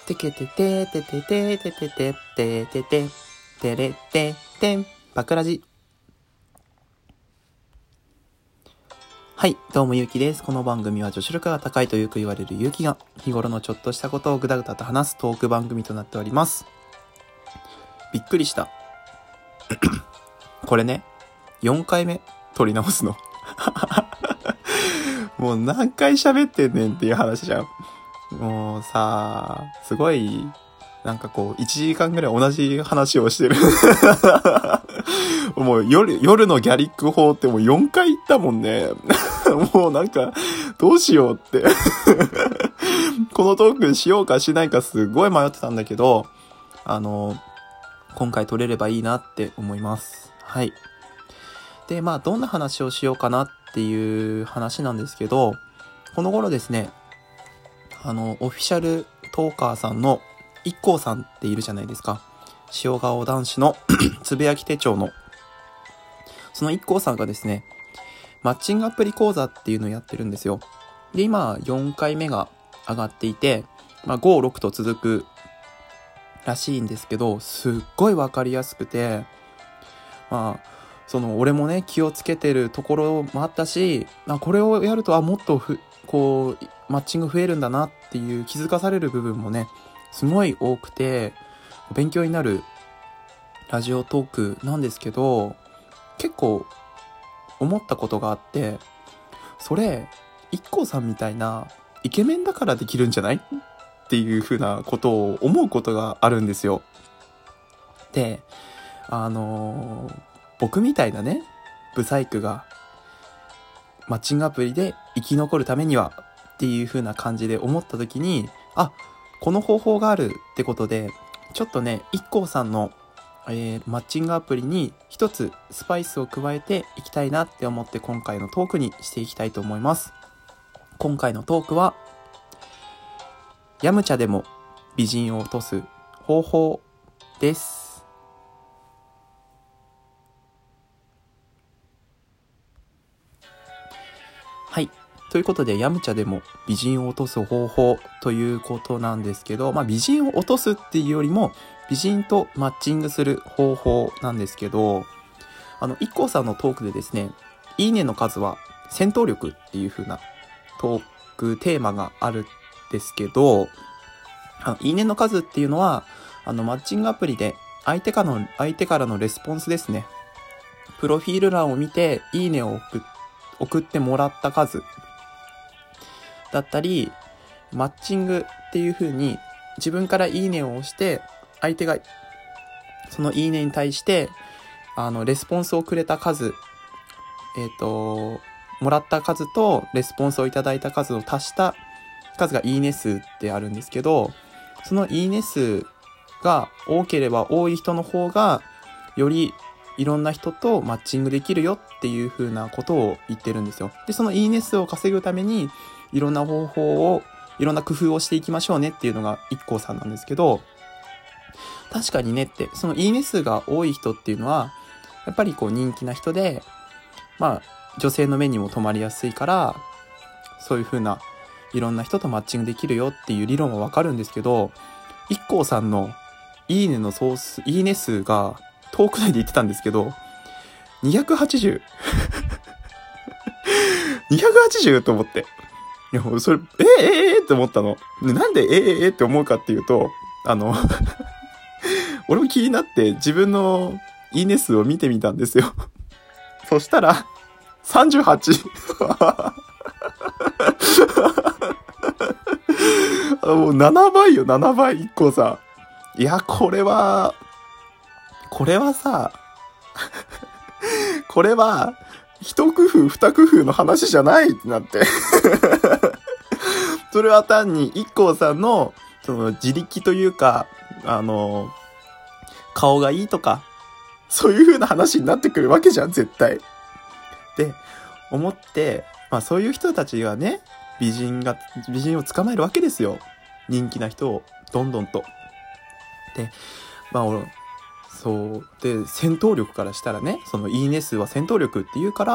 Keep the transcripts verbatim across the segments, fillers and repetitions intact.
てけててててててててててててれててんパクラジ。はい、どうもゆうきです。この番組は女子力が高いとよく言われるゆうきが日頃のちょっとしたことをぐだぐだと話すトーク番組となっております。びっくりしたこれね、よんかいめ撮り直すのもう何回喋ってんねんっていう話じゃん。もうさ、すごいなんかこういちじかんぐらい同じ話をしてるもう夜夜のギャリック法ってもうよんかい言ったもんねもうなんかどうしようってこのトークしようかしないかすごい迷ってたんだけど、あの今回撮れればいいなって思います。はい。で、まあどんな話をしようかなっていう話なんですけど、この頃ですね、あのオフィシャルトーカーさんのいっこうさんっているじゃないですか。塩顔男子のつぶやき手帳のそのいっこうさんがですね、マッチングアプリ講座っていうのをやってるんですよ。で、今よんかいめが上がっていて、まあ、ご、ろくと続くらしいんですけど、すっごいわかりやすくて、まあその俺もね気をつけてるところもあったし、あこれをやるとあもっとふこうマッチング増えるんだなっていう気づかされる部分もねすごい多くて勉強になるラジオトークなんですけど、結構思ったことがあって、それいっこうさんみたいなイケメンだからできるんじゃないっていう風なことを思うことがあるんですよ。で、あのー、僕みたいなねブサイクがマッチングアプリで生き残るためにはっていう風な感じで思った時に、あ、この方法があるってことで、ちょっとね いっこうさんの、えー、マッチングアプリに一つスパイスを加えていきたいなって思って今回のトークにしていきたいと思います。今回のトークはヤムチャでも美人を落とす方法です。はい。ということで、ヤムチャでも美人を落とす方法ということなんですけど、まあ美人を落とすっていうよりも、美人とマッチングする方法なんですけど、あの、いっこうさんのトークでですね、いいねの数は戦闘力っていう風なトークテーマがあるんですけど、あのいいねの数っていうのは、あの、マッチングアプリで相手からの、相手からのレスポンスですね。プロフィール欄を見て、いいねを送って、送ってもらった数だったり、マッチングっていう風に自分からいいねを押して相手がそのいいねに対してあのレスポンスをくれた数、えっともらった数とレスポンスをいただいた数を足した数がいいね数ってあるんですけど、そのいいね数が多ければ多い人の方がよりいろんな人とマッチングできるよっていう風なことを言ってるんですよ。で、そのいいね数を稼ぐためにいろんな方法を、いろんな工夫をしていきましょうねっていうのがいっこうさんなんですけど、確かにねって、そのいいね数が多い人っていうのは、やっぱりこう人気な人で、まあ女性の目にも留まりやすいから、そういう風ないろんな人とマッチングできるよっていう理論はわかるんですけど、いっこうさんのいいねの総数、いいね数が、トーク内で言ってたんですけど、にひゃくはちじゅう にひゃくはちじゅうと思って。いや、それ、えー、えー、えー、って思ったの。なんで、えー、えー、えー、って思うかっていうと、あの、俺も気になって自分のいいね数を見てみたんですよ。そしたら、さんじゅうはち。もうななばいよ、ななばい、いっこうさん。いや、これは、これはさ、これは、一工夫二工夫の話じゃないってなって。それは単にいっこうさんの、その自力というか、あの、顔がいいとか、そういう風な話になってくるわけじゃん、絶対。で、思って、まあそういう人たちがね、美人が、美人を捕まえるわけですよ。人気な人を、どんどんと。で、まあ俺、そうで戦闘力からしたらね、そのいいね数は戦闘力っていうから、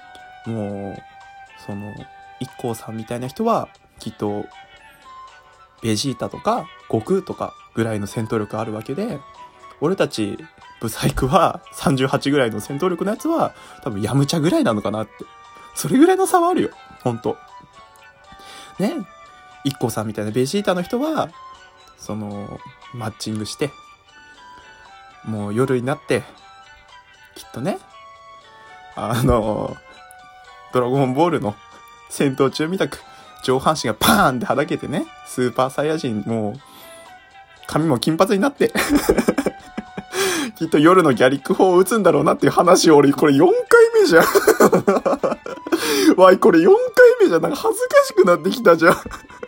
もうそのいっこうさんみたいな人はきっとベジータとか悟空とかぐらいの戦闘力あるわけで、俺たちブサイクはさんじゅうはちぐらいの戦闘力のやつは多分ヤムチャぐらいなのかなって。それぐらいの差はあるよ、ほんとね。イッコーさんみたいなベジータの人はそのマッチングして、もう夜になってきっとね、あのドラゴンボールの戦闘中みたく上半身がパーンってはだけてね、スーパーサイヤ人もう髪も金髪になってきっと夜のギャリック砲を撃つんだろうなっていう話を、俺これよんかいめじゃんわいこれよんかいめじゃん。なんか恥ずかしくなってきたじゃ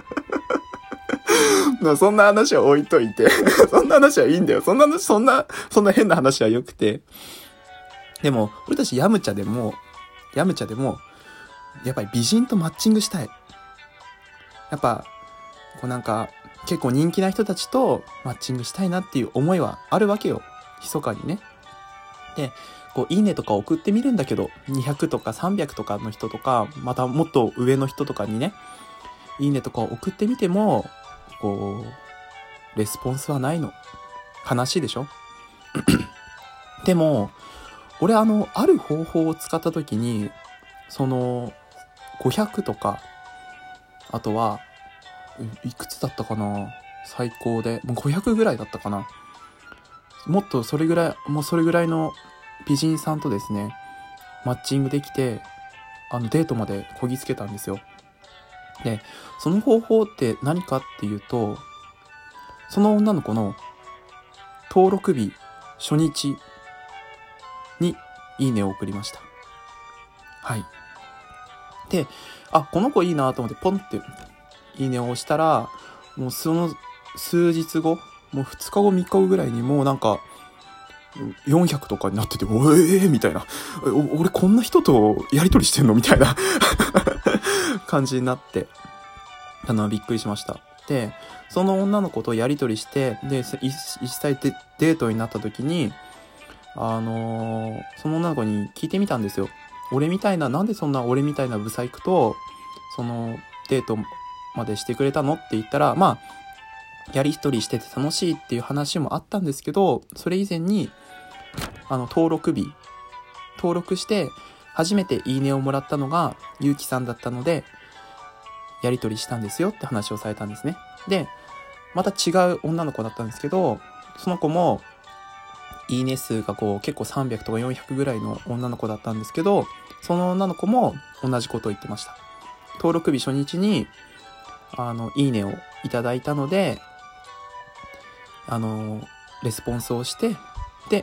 んそんな話は置いといてそんな話はいいんだよ。そんな話、そんなそんな変な話はよくて、でも俺たちヤムチャでもヤムチャでもやっぱり美人とマッチングしたい。やっぱこうなんか結構人気な人たちとマッチングしたいなっていう思いはあるわけよ、密かにね。でこういいねとか送ってみるんだけど、にひゃくとかさんびゃくとかの人とか、またもっと上の人とかにね、いいねとかを送ってみてもこうレスポンスはないの。悲しいでしょでも俺あのある方法を使った時に、そのごひゃくとか、あとはいくつだったかな、最高でもうごひゃくぐらいだったかな、もっとそれぐらい、もうそれぐらいの美人さんとですねマッチングできて、あのデートまでこぎつけたんですよ。でその方法って何かっていうと、その女の子の登録日初日にいいねを送りました。はい。で、あ、この子いいなと思ってポンっていいねを押したら、もうその数日後、もうふつかごみっかごぐらいにもうなんかよんひゃくとかになってて、おえーみたいな、俺こんな人とやり取りしてんのみたいな感じになって、あのびっくりしました。でその女の子とやり取りして、で実際でデートになった時に、あのー、その女の子に聞いてみたんですよ。俺みたいな、なんでそんな俺みたいなブサイクとそのデートまでしてくれたのって言ったら、まあやり取りしてて楽しいっていう話もあったんですけど、それ以前にあの登録日登録して初めていいねをもらったのがゆうきさんだったので、やり取りしたんですよって話をされたんですね。でまた違う女の子だったんですけど、その子もいいね数がこう結構さんびゃくとかよんひゃくぐらいの女の子だったんですけど、その女の子も同じことを言ってました。登録日初日にあのいいねをいただいたので、あのレスポンスをして、で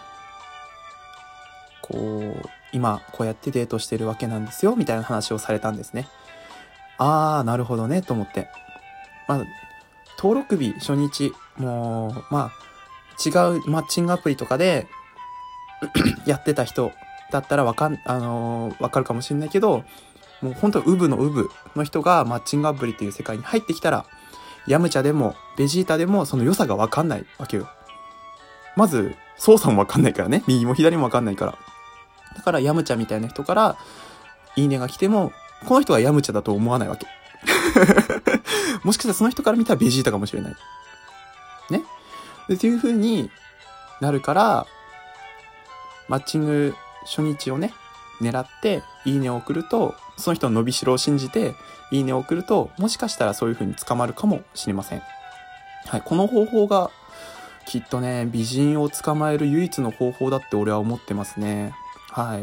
こう今こうやってデートしてるわけなんですよみたいな話をされたんですね。あーなるほどねと思って、まあ登録日初日もうまあ違うマッチングアプリとかでやってた人だったらわかん、あのー、わかるかもしれないけど、もう本当ウブのウブの人がマッチングアプリっていう世界に入ってきたら、ヤムチャでもベジータでもその良さがわかんないわけよ。まず操作もわかんないからね、右も左もわかんないから。だからヤムチャみたいな人からいいねが来ても、この人がヤムチャだと思わないわけもしかしたらその人から見たらベジータかもしれないね。っていう風になるから、マッチング初日をね狙っていいねを送ると、その人の伸びしろを信じていいねを送ると、もしかしたらそういう風に捕まるかもしれません。はい、この方法がきっとね美人を捕まえる唯一の方法だって俺は思ってますね。はい。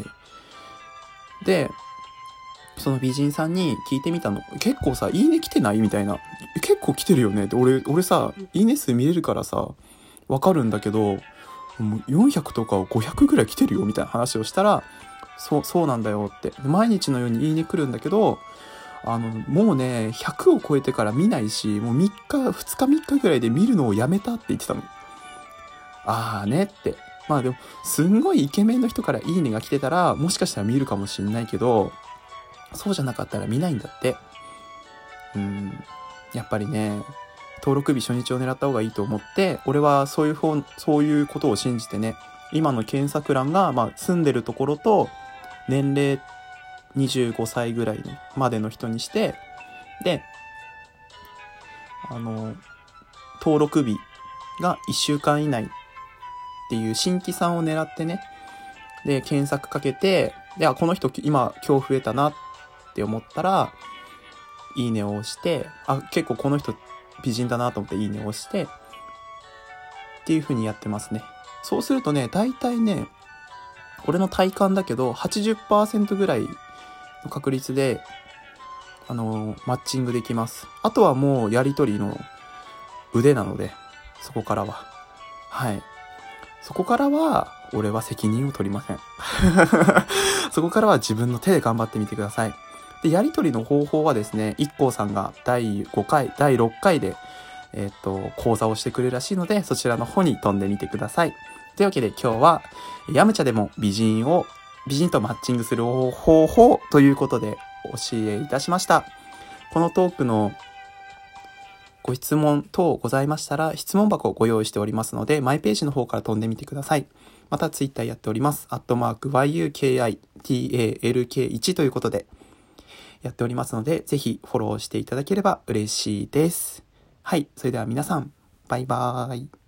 でその美人さんに聞いてみたの。結構さいいね来てないみたいな。結構来てるよねって。俺俺さいいね数見れるからさわかるんだけど、もうよんひゃくとかごひゃくぐらい来てるよみたいな話をしたら、そうそうなんだよって。毎日のようにいいね来るんだけど、あのもうねひゃくを超えてから見ないし、もうみっかふつかみっかぐらいで見るのをやめたって言ってたの。あーねって。まあでもすんごいイケメンの人からいいねが来てたらもしかしたら見るかもしんないけど、そうじゃなかったら見ないんだって。うん、やっぱりね登録日初日を狙った方がいいと思って、俺はそういう方そういうことを信じてね、今の検索欄が、まあ、住んでるところと年齢にじゅうごさいぐらいまでの人にして、であの、登録日がいっしゅうかん以内っていう新規さんを狙ってね、で、検索かけて、で、あ、この人今、今日増えたなって思ったら、いいねを押して、あ、結構この人美人だなと思っていいねを押して、っていう風にやってますね。そうするとね、大体ね、俺の体感だけど、はちじゅっパーセントぐらいの確率で、あのー、マッチングできます。あとはもうやりとりの腕なので、そこからは。はい。そこからは、俺は責任を取りません。そこからは自分の手で頑張ってみてください。で、やりとりの方法はですね、IKKOさんがだいごかい、だいろっかいで、えっと、講座をしてくれるらしいので、そちらの方に飛んでみてください。というわけで今日は、ヤムチャでも美人を、美人とマッチングする方法ということでお教えいたしました。このトークのご質問等ございましたら、質問箱をご用意しておりますので、マイページの方から飛んでみてください。またツイッターやっております。アットマーク ワイユーケーアイティーエーエルケーワン ということでやっておりますので、ぜひフォローしていただければ嬉しいです。はい。それでは皆さん、バイバーイ。